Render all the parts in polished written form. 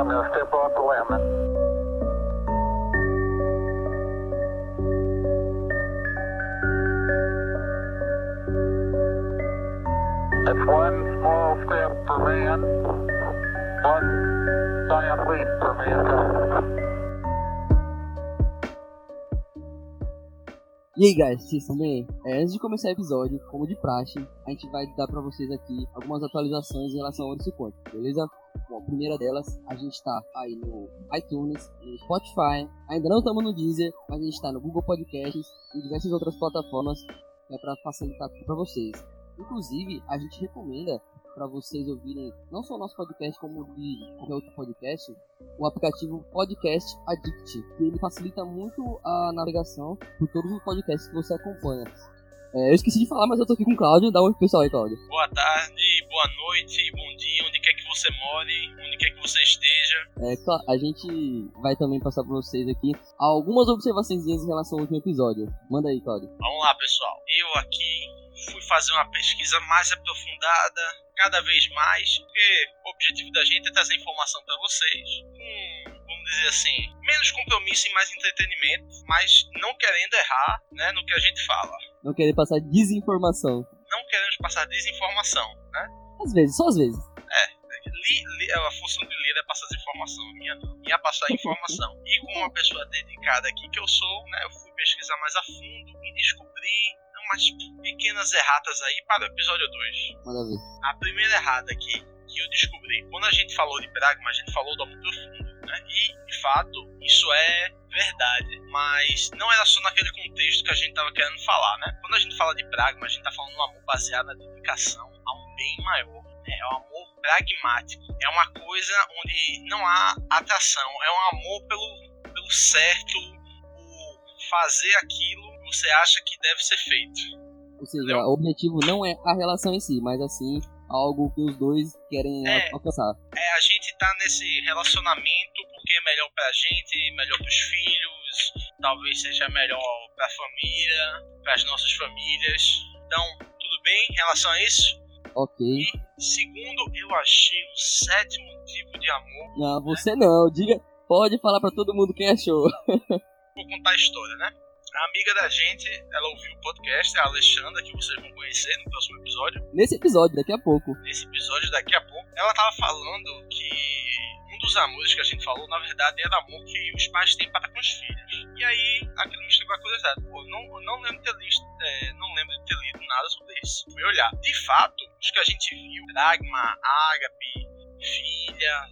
I'm going to step off the limit. It's one small step for man, one giant leap for mankind. E aí, guys, vocês estão bem? Antes de começar o episódio, como de praxe, a gente vai dar pra vocês aqui algumas atualizações em relação ao Odyssey Point, beleza? Bom, a primeira delas, a gente tá aí no iTunes, no Spotify, ainda não estamos no Deezer, mas a gente tá no Google Podcasts e diversas outras plataformas que é pra facilitar tudo pra vocês. Inclusive, a gente recomenda para vocês ouvirem não só o nosso podcast, como de qualquer outro podcast, o aplicativo Podcast Addict, que ele facilita muito a navegação por todos os podcasts que você acompanha. Eu esqueci de falar, mas eu tô aqui com o Cláudio. Dá um oi pro pessoal aí, Cláudio. Boa tarde, boa noite, bom dia, onde quer que você more, onde quer que você esteja. A gente vai também passar para vocês aqui algumas observações em relação ao último episódio. Manda aí, Cláudio. Vamos lá, pessoal. Eu aqui fui fazer uma pesquisa mais aprofundada, cada vez mais, porque o objetivo da gente é trazer informação para vocês, vamos dizer assim, menos compromisso e mais entretenimento, mas não querendo errar, né, no que a gente fala. Não querer passar desinformação. Não queremos passar desinformação, né? Às vezes, só às vezes. A função de ler é passar desinformação, minha não. Minha é passar informação. E com uma pessoa dedicada aqui que eu sou, né, eu fui pesquisar mais a fundo e descobri umas pequenas erratas aí para o episódio 2. Manda ver. A primeira errata aqui que eu descobri, quando a gente falou de Pragma, a gente falou do amor profundo, né? E, de fato, isso é verdade, mas não era só naquele contexto que a gente estava querendo falar, né? Quando a gente fala de Pragma, a gente está falando de um amor baseado na dedicação a um bem maior, né? É um amor pragmático, é uma coisa onde não há atração, é um amor pelo certo, por fazer aquilo que você acha que deve ser feito. Ou seja, o objetivo não é a relação em si, mas assim, algo que os dois querem alcançar. A gente tá nesse relacionamento porque é melhor pra gente, melhor pros filhos, talvez seja melhor pra família, pras nossas famílias. Então, tudo bem em relação a isso? Ok. E, segundo, eu achei um sétimo tipo de amor. Não, você não. Diga, pode falar pra todo mundo quem achou. Vou contar a história, né? A amiga da gente, ela ouviu o podcast, a Alexandra, que vocês vão conhecer no próximo episódio. Nesse episódio, daqui a pouco. Ela tava falando que um dos amores que a gente falou, na verdade, era amor que os pais têm para com os filhos. E aí, aquilo me chegou a curiosidade. Pô, não lembro de ter lido nada sobre isso. Fui olhar. De fato, os que a gente viu, Pragma, Ágape, Filha,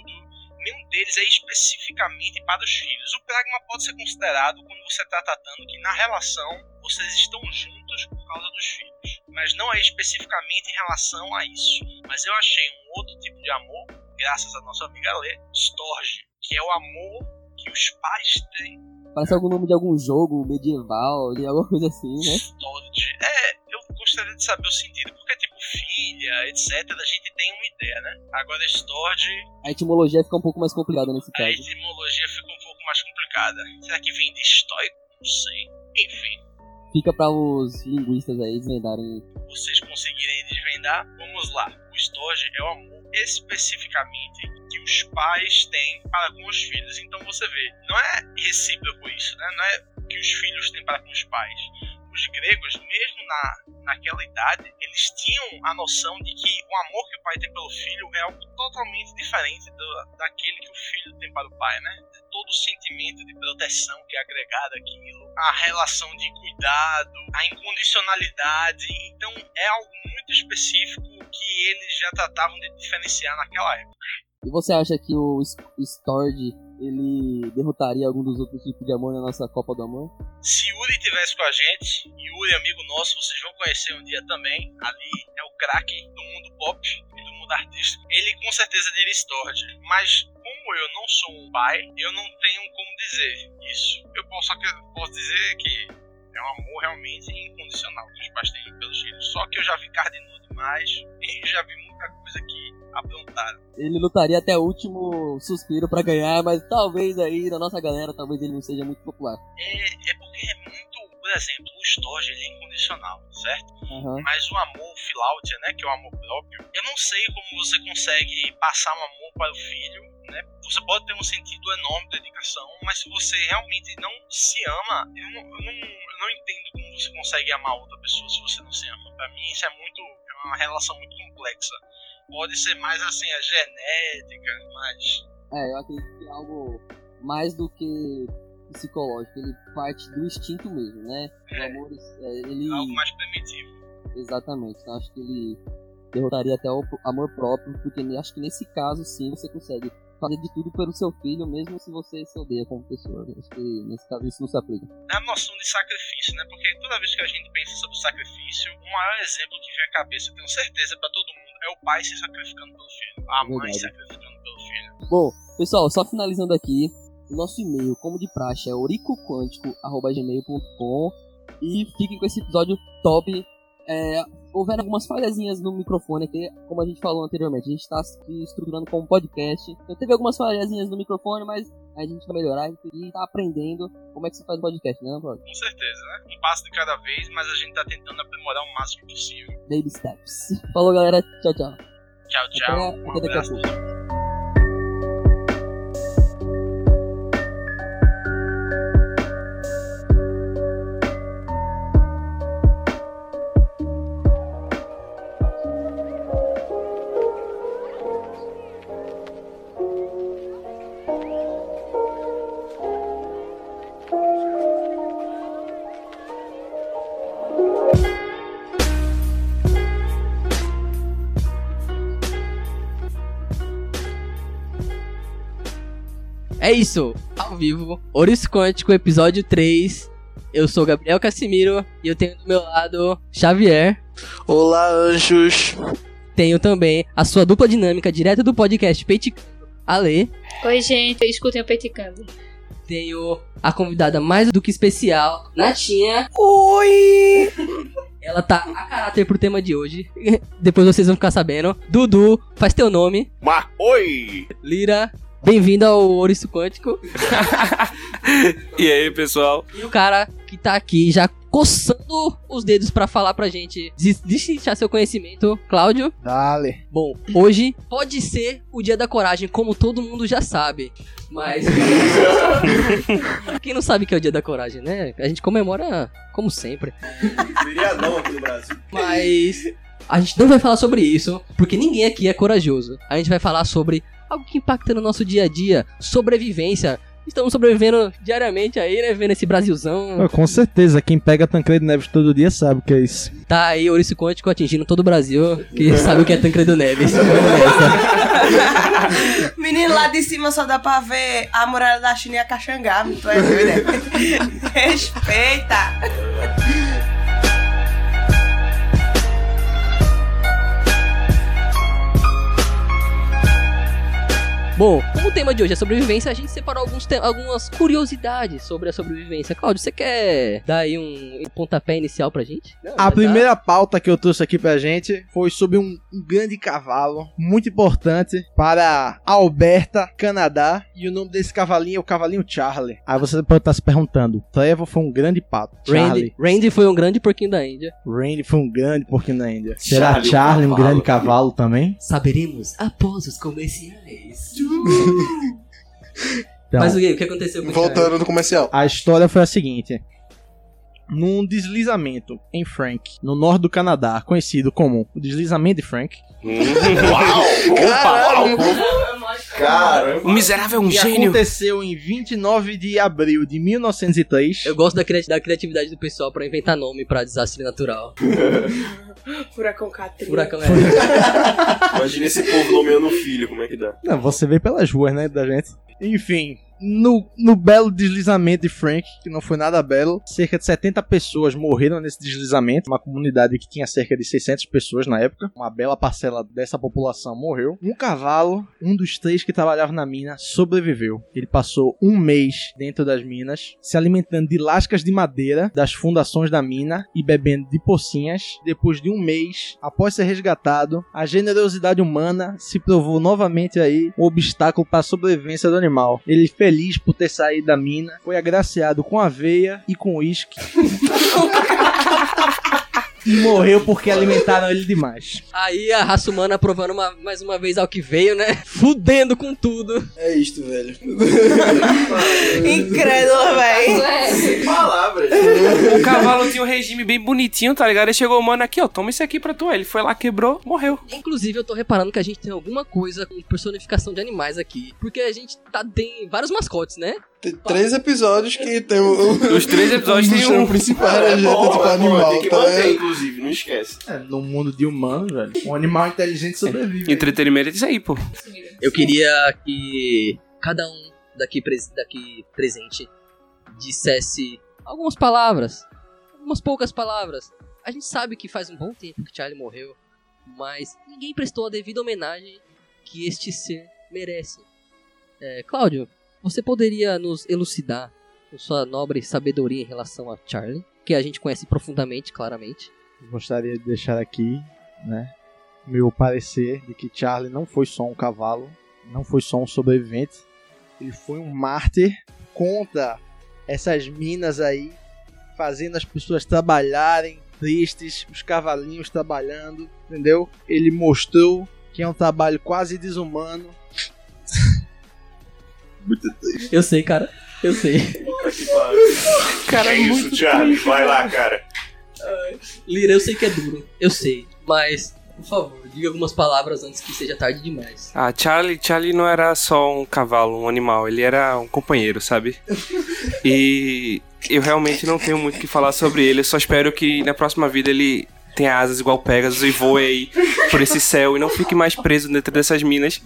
nenhum deles é especificamente para os filhos. O pragma pode ser considerado quando você está tratando que na relação vocês estão juntos por causa dos filhos, mas não é especificamente em relação a isso. Mas eu achei um outro tipo de amor, graças à nossa amiga Lê, Storge, que é o amor que os pais têm. Parece algum nome de algum jogo medieval, de alguma coisa assim, né? Storge. Eu gostaria de saber o sentido, porque tipo filha, etc, a gente tem uma ideia, né? Agora Storge... A etimologia fica um pouco mais complicada nesse caso. A etimologia fica um pouco mais complicada. Será que vem de estoico? Não sei. Enfim. Fica para os linguistas aí desvendarem. Vocês conseguirem desvendar? Vamos lá. O Storge é o amor especificamente que os pais têm para com os filhos. Então você vê, não é recíproco isso, né? Não é que os filhos têm para com os pais. Os gregos, mesmo naquela idade, eles tinham a noção de que o amor que o pai tem pelo filho é algo totalmente diferente daquele que o filho tem para o pai, né? Todo o sentimento de proteção que é agregado àquilo, a relação de cuidado, a incondicionalidade. Então é algo muito específico que eles já tratavam de diferenciar naquela época. E você acha que o Storge, ele derrotaria algum dos outros tipos de amor na nossa Copa do Amor? Se Yuri estivesse com a gente, Yuri, amigo nosso, vocês vão conhecer um dia também, ali é o craque do mundo pop e do mundo artístico, ele com certeza diria Storge, mas como eu não sou um pai, eu não tenho como dizer isso. Eu posso dizer que é um amor realmente incondicional que os pais têm pelos filhos, só que eu já vi carne nua demais e já vi muita coisa que aprontaram. Ele lutaria até o último suspiro pra ganhar, mas talvez aí na nossa galera, talvez ele não seja muito popular. É porque é muito, por exemplo, o Storge ele é incondicional, certo? Uhum. Mas o amor Philautia, né, que é o amor próprio, eu não sei como você consegue passar um amor para o filho né? Você pode ter um sentido enorme de dedicação, mas se você realmente não se ama, eu não entendo como você consegue amar outra pessoa se você não se ama. Pra mim isso é uma relação muito complexa. Pode ser mais assim, a genética, mas... Eu acredito que é algo mais do que psicológico, ele parte do instinto mesmo, né? O amor, ele... algo mais primitivo. Exatamente, então acho que ele derrotaria até o amor próprio, porque acho que nesse caso sim você consegue fazer de tudo pelo seu filho, mesmo se você se odeia como pessoa. Acho que nesse caso isso não se aplica. É a noção de sacrifício, né? Porque toda vez que a gente pensa sobre sacrifício, o maior exemplo que vem à cabeça, eu tenho certeza pra todo mundo, é o pai se sacrificando pelo filho, a mãe se sacrificando pelo filho. Bom, pessoal, só finalizando aqui, o nosso e-mail, como de praxe, é oricoquântico@gmail.com, e fiquem com esse episódio top. Houveram algumas falhazinhas no microfone aqui, como a gente falou anteriormente, a gente está se estruturando como podcast, então teve algumas falhazinhas no microfone, mas a gente vai melhorar e está aprendendo como é que se faz um podcast, né, Claudio? Com certeza, né? Um passo de cada vez, mas a gente tá tentando aprimorar o máximo possível. Baby steps. Falou, galera, tchau, tchau. Tchau, tchau. Até daqui a pouco. É isso, ao vivo, Ouriço Quântico, episódio 3. Eu sou Gabriel Cassimiro e eu tenho do meu lado Xavier. Olá, anjos. Tenho também a sua dupla dinâmica direto do podcast Peiticando, Ale. Oi, gente, escutem o Peiticando. Tenho a convidada mais do que especial, Natinha. Oi! Ela tá a caráter pro tema de hoje. Depois vocês vão ficar sabendo. Dudu, faz teu nome. Oi! Lira, bem-vindo ao Ouriço Quântico. E aí, pessoal? E o cara que tá aqui já coçando os dedos pra falar pra gente, destrinchar seu conhecimento, Cláudio. Dale. Bom, hoje pode ser o dia da coragem, como todo mundo já sabe. Mas quem não sabe que é o dia da coragem, né? A gente comemora como sempre. Feriadão aqui no Brasil. Mas a gente não vai falar sobre isso, porque ninguém aqui é corajoso. A gente vai falar sobre algo que impacta no nosso dia a dia, sobrevivência. Estamos sobrevivendo diariamente aí, né? Vendo esse Brasilzão. Com certeza, quem pega Tancredo Neves todo dia sabe o que é isso. Tá aí Ouriço Quântico atingindo todo o Brasil, que sabe o que é Tancredo Neves. Menino, lá de cima só dá pra ver a muralha da China e a Caxangá. Tu é doido, né? Respeita! Bom, como o tema de hoje é sobrevivência, a gente separou algumas curiosidades sobre a sobrevivência. Cláudio, você quer dar aí um pontapé inicial pra gente? A primeira pauta que eu trouxe aqui pra gente foi sobre um grande cavalo, muito importante para Alberta, Canadá. E o nome desse cavalinho é o cavalinho Charlie. Aí você pode estar se perguntando, Trevor foi um grande pato. Charlie. Randy foi um grande porquinho da Índia. Randy foi um grande porquinho da Índia. Será Charlie um grande cavalo também? Saberemos após os comerciais. Então, mas o que aconteceu com o Voltando no comercial. A história foi a seguinte. Num deslizamento em Frank, no norte do Canadá, conhecido como o deslizamento de Frank. Cara, o miserável é um gênio. Aconteceu em 29 de abril de 1903. Eu gosto da criatividade do pessoal pra inventar nome pra desastre natural. Furacão Katrina. Furacão Imagina esse povo nomeando o filho, como é que dá? Não, você vê pelas ruas, né, da gente. Enfim, no belo deslizamento de Frank, que não foi nada belo, cerca de 70 pessoas morreram nesse deslizamento. Uma comunidade que tinha cerca de 600 pessoas na época. Uma bela parcela dessa população morreu. Um cavalo, um dos 3 que trabalhava na mina, sobreviveu. Ele passou um mês dentro das minas, se alimentando de lascas de madeira das fundações da mina e bebendo de pocinhas. Depois de um mês, após ser resgatado, a generosidade humana se provou novamente aí um obstáculo para a sobrevivência do animal. Ele, feliz por ter saído da mina, foi agraciado com aveia e com uísque. E morreu porque alimentaram ele demais. Aí a raça humana aprovando mais uma vez ao que veio, né? Fudendo com tudo. É isto, velho. Incrédula, velho. Sem palavras. O cavalo tinha um regime bem bonitinho, tá ligado? Aí chegou o mano aqui, ó, toma isso aqui pra tu. Ele foi lá, quebrou, morreu. Inclusive, eu tô reparando que a gente tem alguma coisa com personificação de animais aqui. Porque a gente tem vários mascotes, né? Tem 3 episódios que tem Os 3 episódios tem um. principal era tipo animal, tem que manter, inclusive, não esquece. No mundo de humanos, velho, um animal inteligente sobrevive. Entretenimento é isso aí, pô. Eu queria que cada um daqui presente dissesse algumas palavras. Algumas poucas palavras. A gente sabe que faz um bom tempo que Charlie morreu, mas ninguém prestou a devida homenagem que este ser merece. Cláudio, você poderia nos elucidar com sua nobre sabedoria em relação a Charlie, que a gente conhece profundamente, claramente? Gostaria de deixar aqui, né, meu parecer de que Charlie não foi só um cavalo, não foi só um sobrevivente, ele foi um mártir contra essas minas aí, fazendo as pessoas trabalharem tristes, os cavalinhos trabalhando, entendeu? Ele mostrou que é um trabalho quase desumano. Eu sei, cara. Eu sei. Cara, é isso, Charlie. Vai lá, cara. Lira, eu sei que é duro. Eu sei. Mas, por favor, diga algumas palavras antes que seja tarde demais. Ah, Charlie não era só um cavalo, um animal. Ele era um companheiro, sabe? E eu realmente não tenho muito o que falar sobre ele. Eu só espero que na próxima vida ele tenha asas igual Pegasus e voe aí por esse céu e não fique mais preso dentro dessas minas.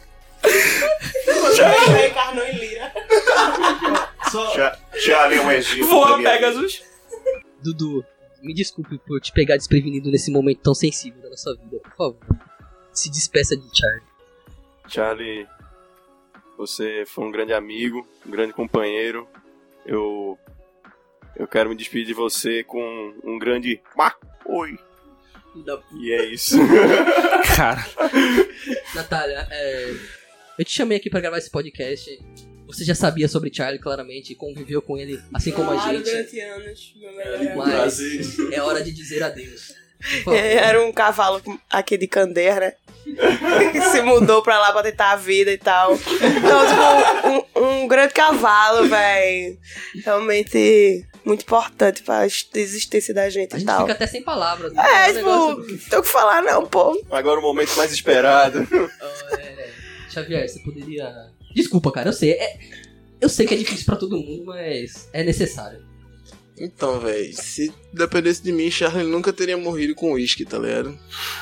Reencarnou em Lira. Charlie é um egípcio. Voa, Pegasus! Dudu, me desculpe por te pegar desprevenido nesse momento tão sensível da nossa vida. Por favor, se despeça de Charlie. Charlie, você foi um grande amigo, um grande companheiro. Eu quero me despedir de você com um grande oi. E é isso. Cara. Natália, eu te chamei aqui pra gravar esse podcast. Você já sabia sobre Charlie, claramente, e conviveu com ele, assim como a gente. Durante anos, meu melhor Mas é hora de dizer adeus. Era um cavalo aqui de Candeia, né? Que se mudou pra lá pra tentar a vida e tal. Então, tipo, um grande cavalo, velho. Realmente muito importante pra existência da gente A e gente tal. fica até sem palavras. Tipo, não tem o que falar não, pô. Agora o momento mais esperado. Xavier, você poderia... Desculpa, cara, eu sei. Eu sei que é difícil pra todo mundo, mas é necessário. Então, velho, se dependesse de mim, Charlie nunca teria morrido com uísque, tá ligado?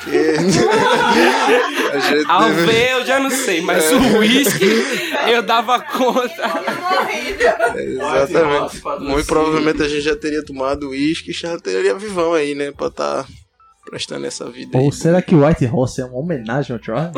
Ao ver, eu já não sei, mas o uísque eu dava conta. Exatamente. Muito provavelmente a gente já teria tomado uísque e Charlie teria vivão aí, né? Pra tá prestando essa vida aí. Ou será que White Horse é uma homenagem ao Charlie?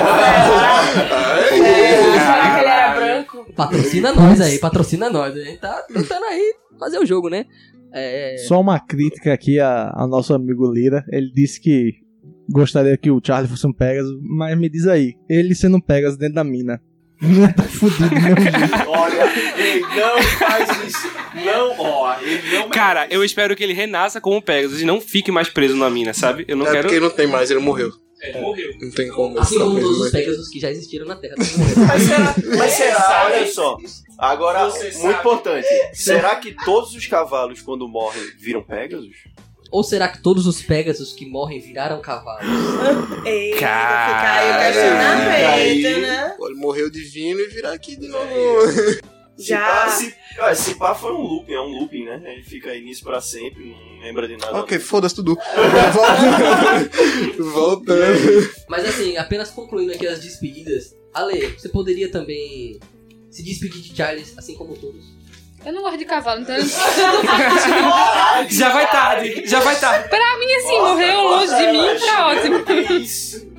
Será que ele era branco? Patrocina nós aí, patrocina nós. A gente tá tentando aí fazer o jogo, né? Só uma crítica aqui ao nosso amigo Lira. Ele disse que gostaria que o Charlie fosse um Pegasus, mas me diz aí, ele sendo um Pegasus dentro da mina, não tá fudido do mesmo jeito. Olha, ele não faz isso. Ele não... Cara, eu espero que ele renasça como o Pegasus e não fique mais preso na mina, sabe? Eu não quero... porque ele não tem mais, ele morreu. Ele morreu. Não tem como. Assim como todos os Pegasus que já existiram na Terra. Mas será, olha só. Agora, muito importante. Será que todos os cavalos, quando morrem, viram Pegasus? Ou será que todos os Pegasus que morrem viraram cavalos? Eita, Cara, fica aí o questionamento, né? Ele morreu divino e virar aqui de novo. Já. Se pá foi um looping, né? Ele fica aí nisso pra sempre, não lembra de nada. Ok, foda-se tudo. Voltando. Mas assim, apenas concluindo aqui as despedidas. Ale, você poderia também se despedir de Charles, assim como todos? Eu não gosto de cavalo, então... Já vai tarde. Pra mim, assim, morreu longe de mim, tá ótimo. Isso.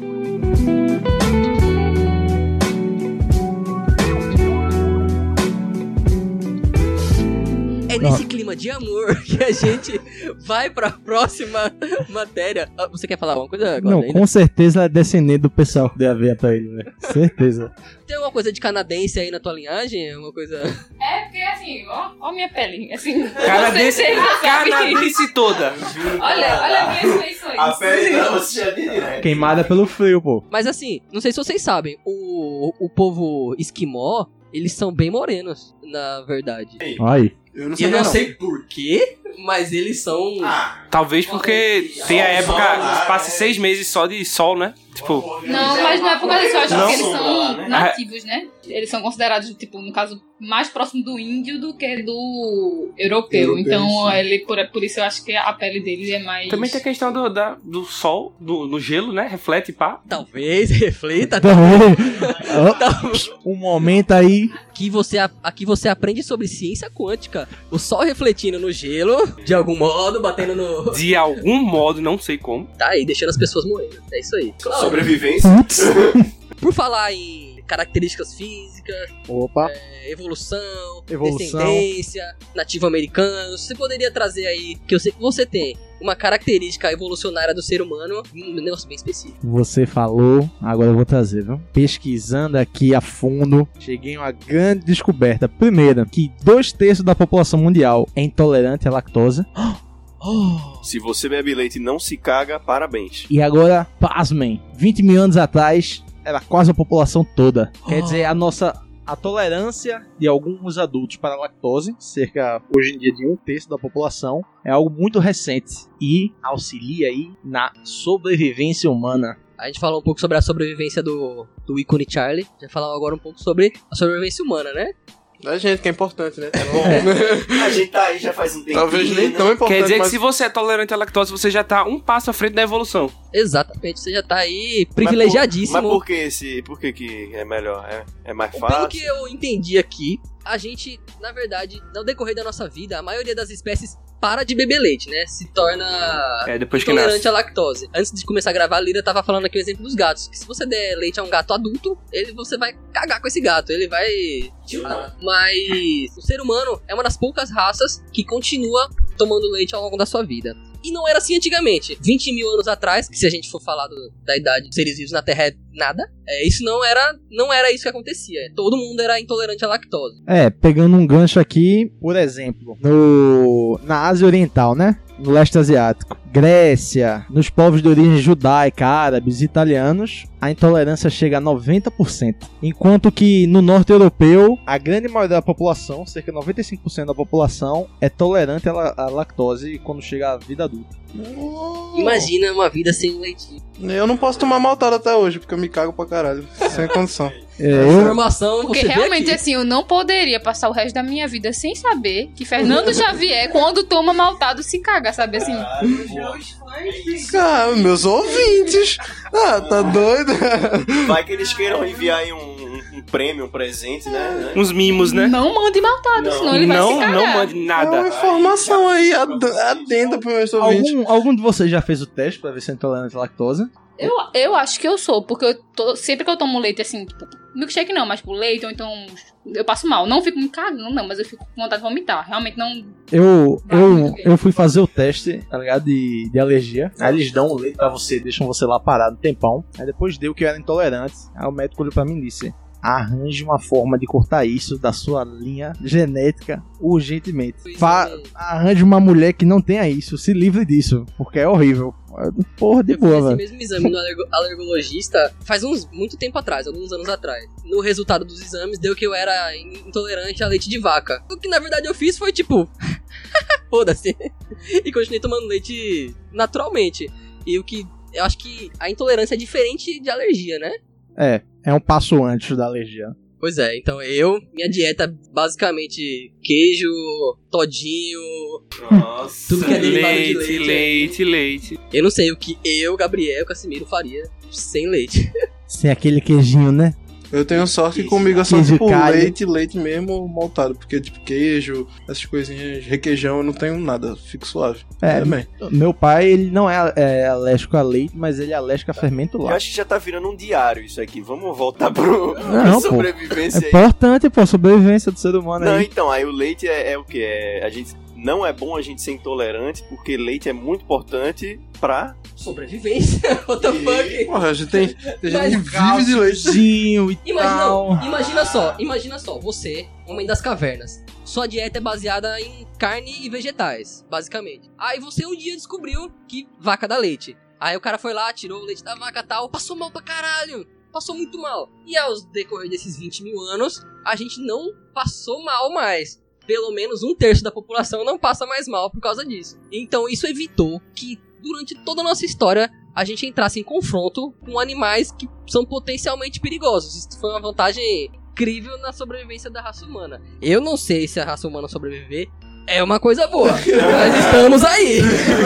É nesse clima de amor que a gente vai pra próxima matéria. Você quer falar alguma coisa, Cláudio, Não, ainda? com certeza é descendente do pessoal que deu a ver pra ele, velho. Certeza. Tem alguma coisa de canadense aí na tua linhagem? Uma coisa... É, porque assim, ó minha pele. Assim, Canadense, sabe? canadense toda. Olha minhas feições. A pele não, você já direto. Queimada pelo frio, pô. Mas assim, não sei se vocês sabem, o povo esquimó, eles são bem morenos, na verdade. Aí. Eu não Eu sabia não não. sei porquê, mas eles são... Talvez porque tem a época, passe 6 meses só de sol, né? Tipo, Não, mas não é por causa disso. Eu acho Não. que eles são Né? nativos, né? Eles são considerados, tipo, no caso, mais próximo do índio do que do europeu. Então, ele, por isso eu acho que a pele dele é mais... também tem a questão do sol, no gelo, né? Reflete, pá. Talvez reflita Também. Um momento aí. aqui você aprende sobre ciência quântica. O sol refletindo no gelo, de algum modo, batendo no... De algum modo, não sei como. Tá aí, deixando as pessoas morrendo. É isso aí. Sobrevivência. Putz. Por falar em características físicas, Opa. evolução, Evolução. descendência, nativo americano, você poderia trazer aí, que eu sei que você tem, uma característica evolucionária do ser humano, um negócio bem específico. Você falou, agora eu vou trazer, viu? Pesquisando aqui a fundo, cheguei a uma grande descoberta. Primeiro, que 2/3 da população mundial é intolerante à lactose. Se você bebe leite e não se caga, parabéns. E agora, pasmem, 20 mil anos atrás, era quase a população toda. Quer dizer, a tolerância de alguns adultos para a lactose, cerca hoje em dia de 1/3 da população, é algo muito recente e auxilia aí na sobrevivência humana. A gente falou um pouco sobre a sobrevivência do ícone Charlie, já falamos agora um pouco sobre a sobrevivência humana, né? A gente que é importante, né? A gente tá aí já faz um tempo. Talvez nem tão importante. Quer dizer que mas... se você é tolerante à lactose, você já tá um passo à frente da evolução. Exatamente, você já tá aí privilegiadíssimo. Mas por que que é melhor? É mais Pelo fácil? que eu entendi aqui, a gente, na verdade, no decorrer da nossa vida, a maioria das espécies para de beber leite, né? Se torna Depois que intolerante nasce. à lactose. Antes de começar a gravar, a Lira tava falando aqui o exemplo dos gatos. Que se você der leite a um gato adulto, você vai cagar com esse gato. Ele vai... Mas o ser humano é uma das poucas raças que continua tomando leite ao longo da sua vida. E não era assim antigamente. 20 mil anos atrás, que se a gente for falar da idade dos seres vivos na Terra é nada, isso não era isso que acontecia. Todo mundo era intolerante à lactose. Pegando um gancho aqui, por exemplo, na Ásia Oriental, né? No leste asiático, Grécia, nos povos de origem judaica, árabes, italianos, a intolerância chega a 90%. Enquanto que no norte europeu, a grande maioria da população, cerca de 95% da população, é tolerante à lactose quando chega à vida adulta. Imagina uma vida sem leite. Eu não posso tomar maltado até hoje, porque eu me cago pra caralho. Sem condição. Informação Porque você vê realmente, aqui. assim, eu não poderia passar o resto da minha vida sem saber que Fernando Xavier, quando toma maltado, se caga, sabe? Assim, Cara, meus ouvintes. Tá doido? Vai que eles queiram enviar aí um prêmio, um presente, né? Uns mimos, né? não mande maltado, senão ele vai se cagar. Não mande É uma nada. informação aí adenda pro meus ouvintes. Algum de vocês já fez o teste pra ver se é intolerante à lactose? Eu acho que eu sou, porque sempre que eu tomo leite, assim, tipo, milkshake não, mas tipo, leite, ou então eu passo mal. Não fico me cagando, não, mas eu fico com vontade de vomitar. Realmente não... Eu fui fazer o teste, tá ligado? De alergia. Aí eles dão o leite pra você, deixam você lá parado um tempão. Aí depois deu que eu era intolerante. Aí o médico olhou pra mim e disse: arranje uma forma de cortar isso da sua linha genética urgentemente. Arranje uma mulher que não tenha isso, se livre disso, porque é horrível. Porra, de Eu fiz boa, esse velho. mesmo exame no alergologista faz muito tempo atrás, alguns anos atrás. No resultado dos exames deu que eu era intolerante a leite de vaca. O que na verdade eu fiz foi tipo... foda-se. E continuei tomando leite naturalmente. E o que... eu acho que a intolerância é diferente de alergia, né? É um passo antes da alergia. Pois é, então minha dieta é basicamente queijo, todinho, Nossa. tudo que é derivado de Leite. Eu não sei o que eu, Gabriel, Casimiro faria sem leite. Sem aquele queijinho, né? Eu tenho sorte que comigo é só Queijo tipo calho. leite mesmo maltado. Porque tipo queijo, essas coisinhas, requeijão, eu não tenho nada. Fico suave. Também. Meu pai, ele não é alérgico a leite, mas ele é alérgico a fermento Eu lácteo. acho que já tá virando um diário isso aqui. Vamos voltar pro Não, pô. sobrevivência É aí. importante, pô, a sobrevivência do ser humano Não, aí. então, aí o leite é o que? A gente não é bom a gente ser intolerante, porque leite é muito importante pra... Sobrevivência, what the fuck? Porra, a gente tem gente que vive Calcinho de leite. e tal. Imagina só, você, homem das cavernas. Sua dieta é baseada em carne e vegetais, basicamente. Aí você um dia descobriu que vaca dá leite. Aí o cara foi lá, tirou o leite da vaca e tal, passou mal pra caralho. Passou muito mal. E aos decorrer desses 20 mil anos, a gente não passou mal mais. Pelo menos 1/3 da população não passa mais mal por causa disso. Então isso evitou que durante toda a nossa história a gente entrasse em confronto com animais que são potencialmente perigosos. Isso foi uma vantagem incrível na sobrevivência da raça humana. Eu não sei se a raça humana sobreviver é uma coisa boa, mas estamos aí.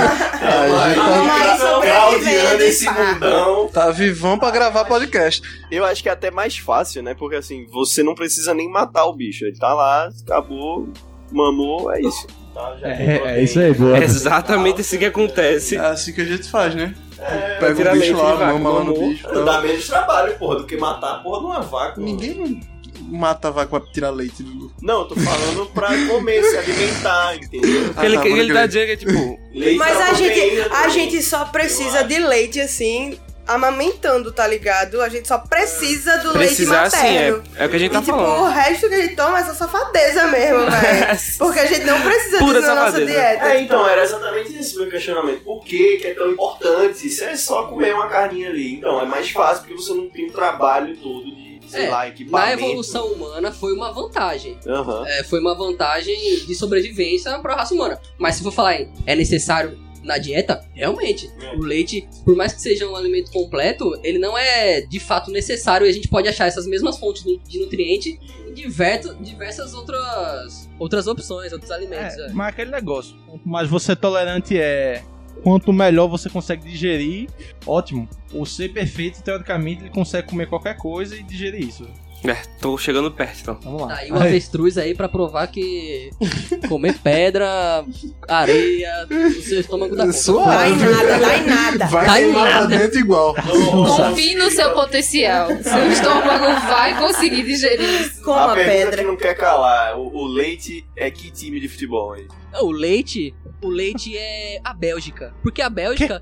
Esse mundão. Tá vivão pra gravar podcast. Eu acho que é até mais fácil, né? Porque assim, você não precisa nem matar o bicho. Ele tá lá, acabou, mamou, é isso. Tá, já tem proteína. Isso aí, boa. É exatamente assim que acontece. É assim que a gente faz, né? Tira Pega o bicho leite lá, de vaca, mama lá no mamou. bicho. Dá menos trabalho, porra, do que matar a porra de uma vaca. Ninguém mata a vaca pra tirar leite. Não, eu tô falando pra comer, se alimentar, entendeu? O que ele tá dizendo é tipo... Leite Mas pra proteína, a gente só precisa de leite, assim, amamentando, tá ligado? A gente só precisa do Precisar, leite sim, materno. é o que a gente tá E, tipo, falando. o resto que a gente toma é só safadeza mesmo, velho. Porque a gente não precisa Pura disso na nossa safadeza. dieta. Então, era exatamente esse meu questionamento. Por que é tão importante? Isso é só comer uma carninha ali. Então, é mais fácil porque você não tem o trabalho todo de, sei lá, Na equipamento. evolução humana foi uma vantagem. Aham. Foi uma vantagem de sobrevivência para a raça humana. Mas se for falar em é necessário na dieta, realmente, o leite, por mais que seja um alimento completo, ele não é de fato necessário e a gente pode achar essas mesmas fontes de nutriente em diversas outras opções, outros alimentos. Mas aquele negócio, quanto mais você é tolerante quanto melhor você consegue digerir, ótimo. O ser perfeito, teoricamente, ele consegue comer qualquer coisa e digerir isso. Tô chegando perto, então. Vamos lá. Tá aí o avestruz aí pra provar que comer pedra, areia, o seu estômago dá conta. Dá em nada. Vai Tá queimar lá nada. dentro igual. Confie no seu potencial. Seu estômago vai conseguir digerir isso. Coma A pergunta pedra. que não quer calar. O leite é que time de futebol aí? O leite é a Bélgica. Porque a Bélgica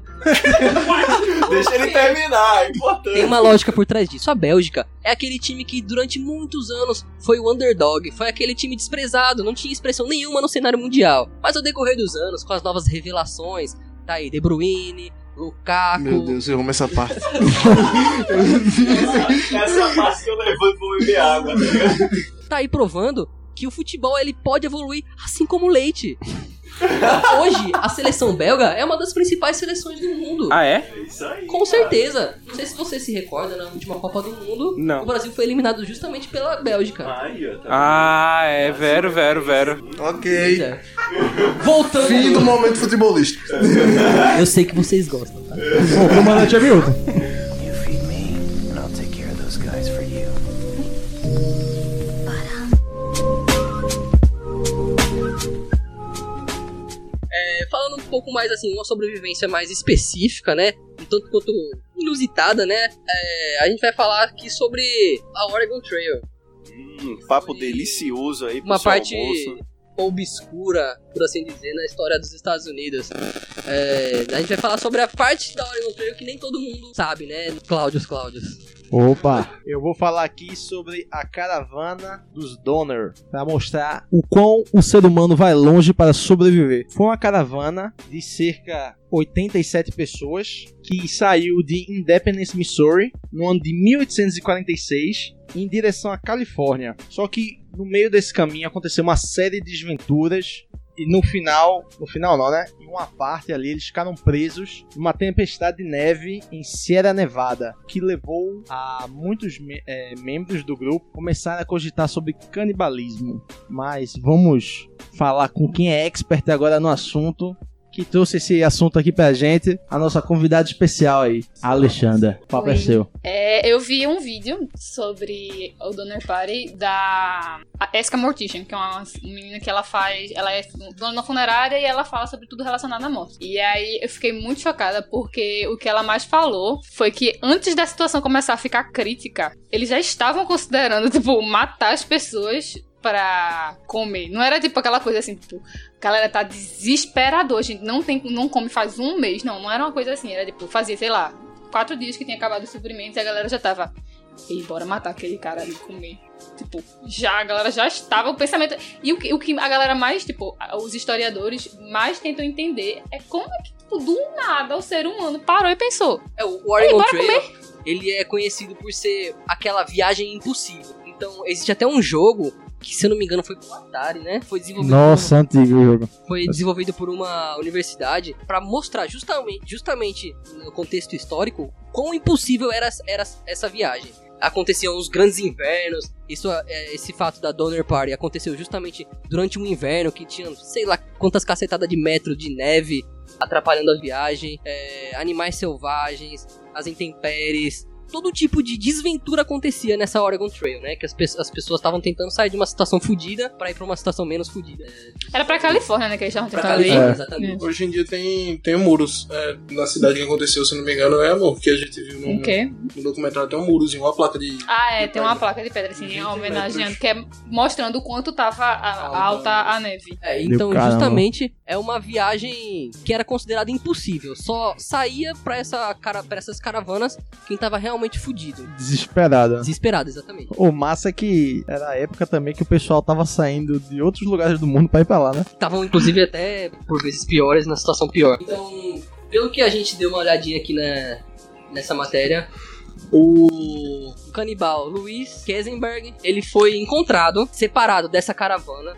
Deixa ele terminar, é importante. tem uma lógica por trás disso. A Bélgica é aquele time que durante muitos anos foi o underdog, foi aquele time desprezado, não tinha expressão nenhuma no cenário mundial. Mas ao decorrer dos anos, com as novas revelações, tá aí De Bruyne, Lukaku... Meu Deus, eu amo essa parte. Essa parte que eu levanto pra beber água. tá aí provando que o futebol ele pode evoluir assim como o leite. Hoje, a seleção belga é uma das principais seleções do mundo. Ah, é? É isso aí. Com certeza. Não sei se você se recorda, na última Copa do Mundo, Não. o Brasil foi eliminado justamente pela Bélgica. Aí, ó, tá Ah, é, vero. Pois Ok. é. Voltando. Fim do momento futebolístico. Eu sei que vocês gostam, tá? O comandante é miúdo. You feed me, and I'll take care of those guys for you. Falando um pouco mais assim, uma sobrevivência mais específica, né? Um tanto quanto inusitada, né? A gente vai falar aqui sobre a Oregon Trail. Papo delicioso aí pro Uma seu parte almoço. obscura, por assim dizer, na história dos Estados Unidos. A gente vai falar sobre a parte da Oregon Trail que nem todo mundo sabe, né? Cláudios. Opa! Eu vou falar aqui sobre a caravana dos Donner, para mostrar o quão o ser humano vai longe para sobreviver. Foi uma caravana de cerca 87 pessoas que saiu de Independence, Missouri, no ano de 1846, em direção à Califórnia. Só que no meio desse caminho aconteceu uma série de desventuras. E no final não, né? Em uma parte ali, eles ficaram presos numa tempestade de neve em Sierra Nevada, que levou a muitos membros do grupo começarem a cogitar sobre canibalismo. Mas vamos falar com quem é expert agora no assunto, que trouxe esse assunto aqui pra gente, a nossa convidada especial aí, a Alexandra. O papo é seu. Eu vi um vídeo sobre o Donner Party da Esca Mortician, que é uma menina que ela é dona de uma funerária e ela fala sobre tudo relacionado à morte. E aí eu fiquei muito chocada porque o que ela mais falou foi que antes da situação começar a ficar crítica, eles já estavam considerando, tipo, matar as pessoas pra comer. Não era tipo aquela coisa assim, tipo, a galera tá desesperador, a gente não come faz um mês. Não era uma coisa assim, era tipo, fazia, sei lá, 4 dias que tinha acabado os suprimentos e a galera já tava, ei, bora matar aquele cara ali e comer. Tipo, a galera já estava, o pensamento... E o que a galera mais, tipo, os historiadores mais tentam entender é como é que, tipo, do nada o ser humano parou e pensou. O Oregon Trail, ele é conhecido por ser aquela viagem impossível. Então, existe até um jogo que, se eu não me engano, foi pro Atari, né? Foi desenvolvido antigo jogo. Foi desenvolvido por uma universidade pra mostrar justamente no contexto histórico quão impossível era essa viagem. Aconteciam os grandes invernos. Esse fato da Donner Party aconteceu justamente durante um inverno que tinha, sei lá, quantas cacetadas de metro de neve atrapalhando a viagem, animais selvagens, as intempéries. Todo tipo de desventura acontecia nessa Oregon Trail, né? Que as pessoas estavam tentando sair de uma situação fodida pra ir pra uma situação menos fodida. Era pra Califórnia, né? Que eles estavam tentando ir. Exatamente. Hoje em dia tem muros. Na cidade que aconteceu, se não me engano, amor, que a gente viu no documentário, tem um murozinho, uma placa de... Tem uma placa de pedra, assim, homenageando, que é mostrando o quanto tava alta a neve. Então, justamente, é uma viagem que era considerada impossível. Só saía pra essas caravanas quem tava realmente fudido. Desesperado, exatamente. O massa é que era a época também que o pessoal tava saindo de outros lugares do mundo pra ir pra lá, né? Estavam, inclusive, até por vezes piores, na situação pior. Então, pelo que a gente deu uma olhadinha aqui nessa matéria, o canibal Louis Kesenberg, ele foi encontrado, separado dessa caravana,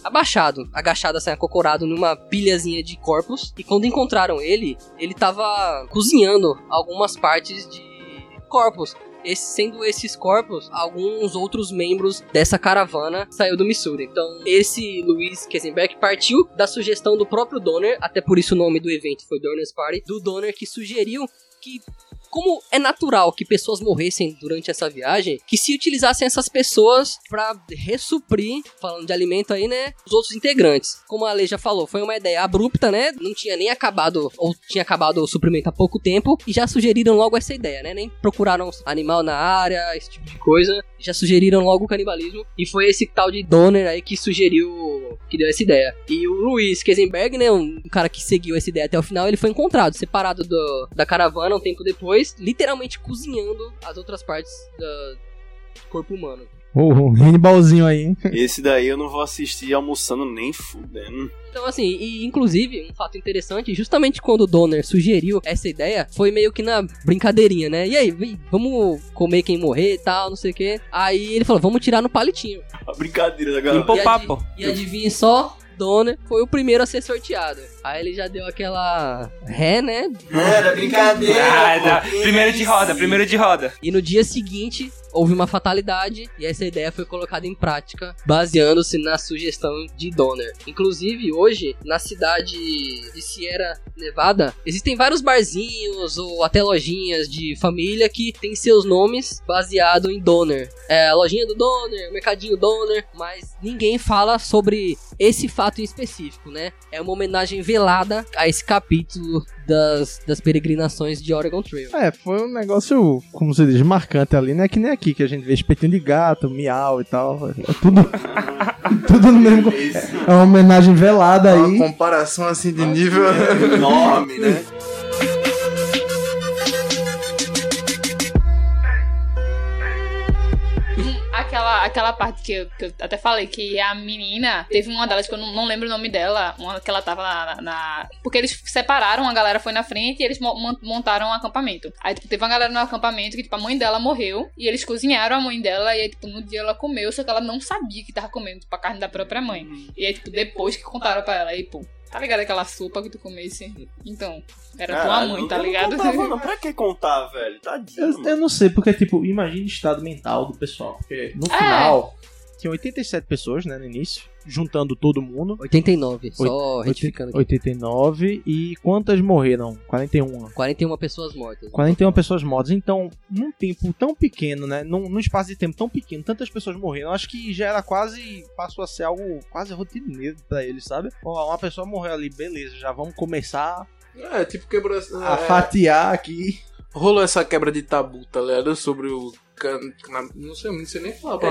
agachado assim, acocorado numa pilhazinha de corpos. E quando encontraram ele tava cozinhando algumas partes de corpos. Sendo esses corpos, alguns outros membros dessa caravana saiu do Missouri. Então, esse Louis Kesenberg partiu da sugestão do próprio Donner, até por isso o nome do evento foi Donner's Party, do Donner, que sugeriu que, como é natural que pessoas morressem durante essa viagem, que se utilizassem essas pessoas pra ressuprir, falando de alimento aí, né, os outros integrantes. Como a Lei já falou, foi uma ideia abrupta, né, não tinha nem acabado, ou tinha acabado o suprimento há pouco tempo, e já sugeriram logo essa ideia, né, nem procuraram animal na área, esse tipo de coisa, já sugeriram logo o canibalismo, e foi esse tal de Donner aí que sugeriu, que deu essa ideia. E o Louis Kesenberg, né, um cara que seguiu essa ideia até o final, ele foi encontrado, separado da caravana um tempo depois, literalmente cozinhando as outras partes do corpo humano. Um Hannibalzinho aí, hein? Esse daí eu não vou assistir almoçando nem fudendo. Então, assim, e inclusive, um fato interessante, justamente quando o Donner sugeriu essa ideia, foi meio que na brincadeirinha, né? E aí, vamos comer quem morrer e tal, não sei o quê. Aí ele falou, vamos tirar no palitinho. A brincadeira da galera. E adivinha só, Donner foi o primeiro a ser sorteado. Aí ele já deu aquela ré, né? Era brincadeira. Primeiro de roda. E no dia seguinte, houve uma fatalidade e essa ideia foi colocada em prática, baseando-se na sugestão de Donner. Inclusive, hoje, na cidade de Sierra Nevada, existem vários barzinhos ou até lojinhas de família que tem seus nomes baseados em Donner. A lojinha do Donner, o mercadinho Donner, mas ninguém fala sobre esse fato em específico, né? É uma homenagem velada a esse capítulo das peregrinações de Oregon Trail. Foi um negócio, como você diz, marcante ali, né? Que nem aqui, que a gente vê espetinho de gato, miau e tal. É tudo no mesmo. É uma homenagem velada aí. Uma comparação assim de nível enorme, né? Aquela parte que eu até falei, que a menina, teve uma delas que eu não lembro o nome dela, uma que ela tava porque eles separaram, a galera foi na frente e eles montaram um acampamento. Aí, tipo, teve uma galera no acampamento que, tipo, a mãe dela morreu e eles cozinharam a mãe dela e aí, tipo, no dia ela comeu, só que ela não sabia que tava comendo, tipo, a carne da própria mãe. E aí, tipo, depois que contaram pra ela, aí, pô, tá ligado aquela sopa que tu comesse? Então, era tua mãe, tá ligado? Não, pra que contar, velho? Tadinho. Eu não sei, porque, tipo, imagina o estado mental do pessoal. Porque no final, tinha 87 pessoas, né, no início, juntando todo mundo. 89, só retificando aqui. 89, e quantas morreram? 41. 41 pessoas mortas. 41 pessoas mortas. Então, num tempo tão pequeno, né, num espaço de tempo tão pequeno, tantas pessoas morreram, acho que já era passou a ser algo quase rotineiro pra eles, sabe? Uma pessoa morreu ali, beleza, já vamos começar... tipo, quebrou a fatiar aqui. Rolou essa quebra de tabu, tá ligado? Sobre Não sei nem falar.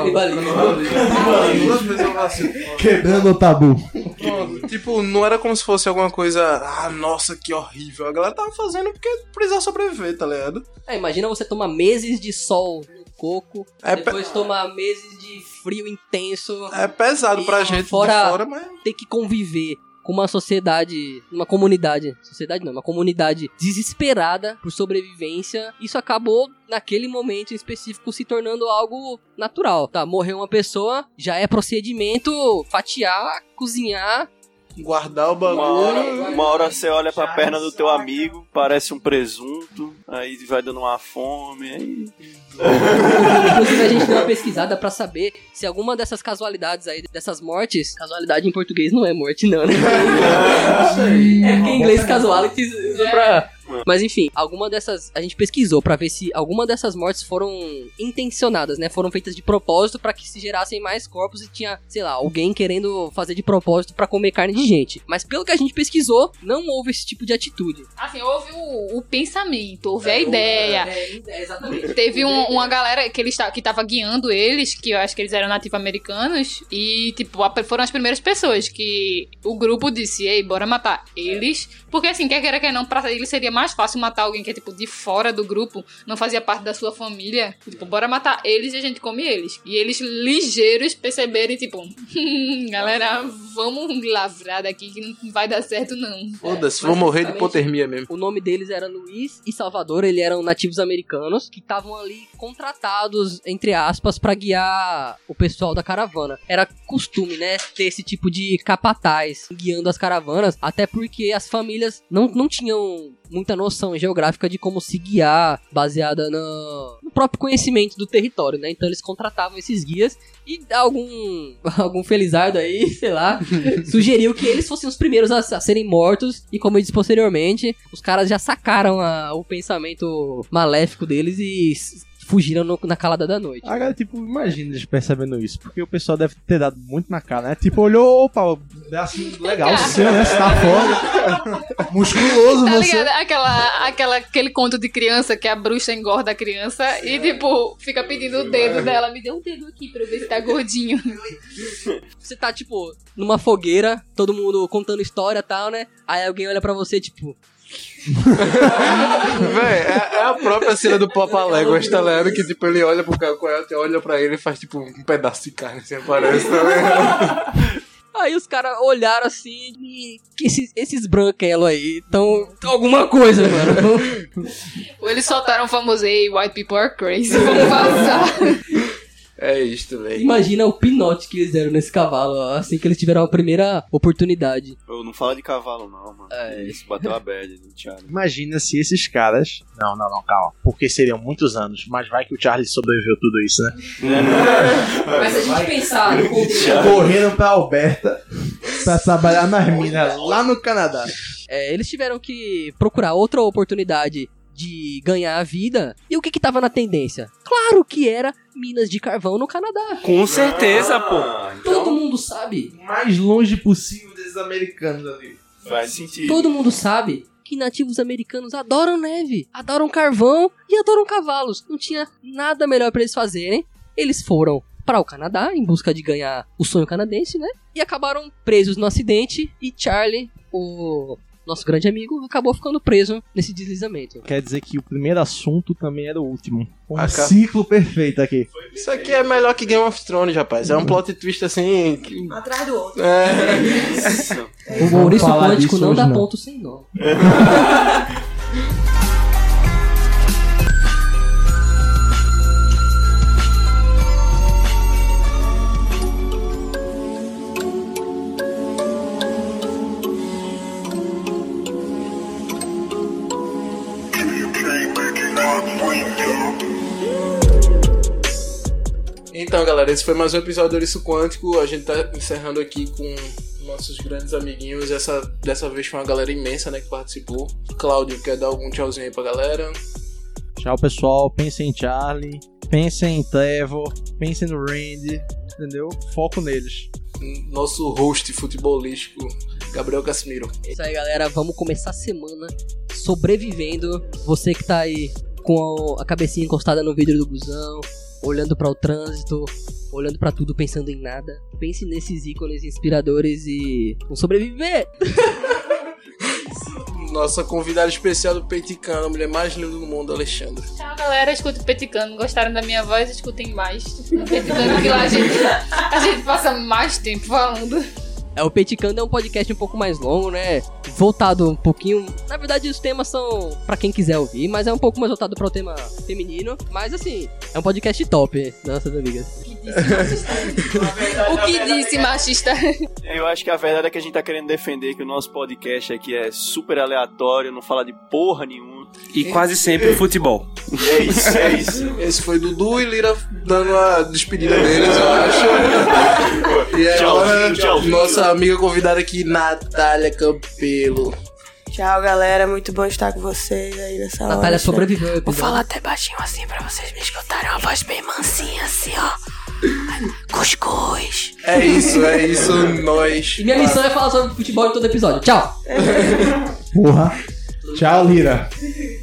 Duas vezes eu vacilo. Quebrando o tabu. Tipo, não era como se fosse alguma coisa. Nossa, que horrível. A galera tava fazendo porque precisava sobreviver, tá ligado? Imagina você tomar meses de sol no coco, depois tomar meses de frio intenso. É pesado pra gente fora, de fora, mas... ter que conviver com uma sociedade, uma comunidade desesperada por sobrevivência. Isso acabou, naquele momento em específico, se tornando algo natural. Tá, morreu uma pessoa, já é procedimento fatiar, cozinhar, guardar o bagulho. Uma hora você olha pra perna do teu amigo, parece um presunto, aí vai dando uma fome, aí... Inclusive a gente deu uma pesquisada pra saber se alguma dessas casualidades aí, dessas mortes, casualidade em português não é morte não, né? É porque em inglês casualties usa pra... Mas enfim, alguma dessas... A gente pesquisou pra ver se alguma dessas mortes foram intencionadas, né? Foram feitas de propósito pra que se gerassem mais corpos e tinha, sei lá, alguém querendo fazer de propósito pra comer carne de gente. Mas pelo que a gente pesquisou, não houve esse tipo de atitude. Assim, houve o pensamento, houve a ideia. Exatamente. Teve uma galera que tava guiando eles, que eu acho que eles eram nativo-americanos, e, tipo, foram as primeiras pessoas que o grupo disse, ei, bora matar eles. Porque, assim, quer queira, quer não, pra eles seria mais fácil matar alguém que é, tipo, de fora do grupo, não fazia parte da sua família. Tipo, bora matar eles e a gente come eles. E eles, ligeiros, perceberem, tipo, galera, vamos lavrar daqui que não vai dar certo, não. Foda-se, vou morrer de hipotermia mesmo. O nome deles era Luiz e Salvador, eles eram nativos americanos que estavam ali contratados, entre aspas, pra guiar o pessoal da caravana. Era costume, né, ter esse tipo de capataz guiando as caravanas, até porque as famílias não tinham muita noção geográfica de como se guiar, baseada no próprio conhecimento do território, né? Então eles contratavam esses guias e algum felizardo aí, sei lá, sugeriu que eles fossem os primeiros a serem mortos, e como eu disse posteriormente, os caras já sacaram o pensamento maléfico deles e fugiram na calada da noite. Agora, tipo, imagina eles percebendo isso, porque o pessoal deve ter dado muito na cara, né? Tipo, olhou, opa, assim, legal, você, né? Você tá foda. Musculoso, tá você. Ligado? Aquele conto de criança que a bruxa engorda a criança e, tipo, fica pedindo o dedo dela. Me dê um dedo aqui pra eu ver se tá gordinho. Você tá, tipo, numa fogueira, todo mundo contando história e tal, né? Aí alguém olha pra você, tipo... Véi, é a própria cena do Papa Léguas, tá ligado? Que tipo, ele olha pro coiote, olha pra ele e faz tipo um pedaço de carne, assim, aparece, tá ligado? Aí os caras olharam assim e esses branquelos aí tão alguma coisa, mano. Ou eles soltaram o famoso "Hey, white people are crazy", vamos passar. É isto, velho. Imagina o pinote que eles deram nesse cavalo, ó, assim que eles tiveram a primeira oportunidade. Eu não falo de cavalo, não, mano. Isso bateu a bad no Charlie. Imagina se esses caras... Não, calma. Porque seriam muitos anos, mas vai que o Charlie sobreviveu tudo isso, né? Mas se a gente pensar no correram pra Alberta pra trabalhar nas minas lá no Canadá. Eles tiveram que procurar outra oportunidade de ganhar a vida. E o que tava na tendência? Claro que era minas de carvão no Canadá. Com certeza, pô. Todo mundo sabe. O mais longe possível desses americanos ali. Faz sentido. Todo mundo sabe que nativos americanos adoram neve, adoram carvão e adoram cavalos. Não tinha nada melhor pra eles fazerem. Eles foram para o Canadá em busca de ganhar o sonho canadense, né? E acabaram presos no acidente. E Charlie, o nosso grande amigo, acabou ficando preso nesse deslizamento. Quer dizer que o primeiro assunto também era o último. Um ciclo perfeito aqui. Isso aqui é melhor que Game of Thrones, rapaz. É um plot twist assim... Atrás do outro. O Maurício Quântico não dá ponto sem nó. Então, galera, esse foi mais um episódio do Ouriço Quântico. A gente tá encerrando aqui com nossos grandes amiguinhos. Dessa vez foi uma galera imensa, né, que participou. Cláudio, quer dar algum tchauzinho aí pra galera? Tchau, pessoal. Pensem em Charlie, pensem em Trevor, pensem no Randy, entendeu? Foco neles. Nosso host futebolístico, Gabriel Casimiro. Isso aí, galera. Vamos começar a semana sobrevivendo. Você que tá aí com a cabecinha encostada no vidro do busão, olhando para o trânsito, olhando pra tudo, pensando em nada. Pense nesses ícones inspiradores e vamos sobreviver. Nossa convidada especial do Peiticano, a mulher mais linda do mundo, Alexandre. Tchau, galera. Escutem o Peticano. Gostaram da minha voz? Escutem mais. O Peticano, que lá a gente passa mais tempo falando. O Peiticando é um podcast um pouco mais longo, né? Voltado um pouquinho... Na verdade, os temas são pra quem quiser ouvir, mas é um pouco mais voltado pro tema feminino. Mas, assim, é um podcast top, nossas amigas. O que disse machista? Eu acho que a verdade é que a gente tá querendo defender que o nosso podcast aqui é super aleatório, não fala de porra nenhuma. E quase sempre futebol. É isso. Esse foi Dudu e Lira dando a despedida deles, eu acho. E agora, nossa amiga convidada aqui, Natália Campelo. Tchau, galera. Muito bom estar com vocês aí nessa hora. Natália sobreviveu ao Vou episódio. falar até baixinho assim pra vocês me escutarem. Uma voz bem mansinha assim, ó. Cuscuz. É isso, nós. E minha missão é falar sobre futebol em todo episódio. Tchau! Porra. Tchau, Lira.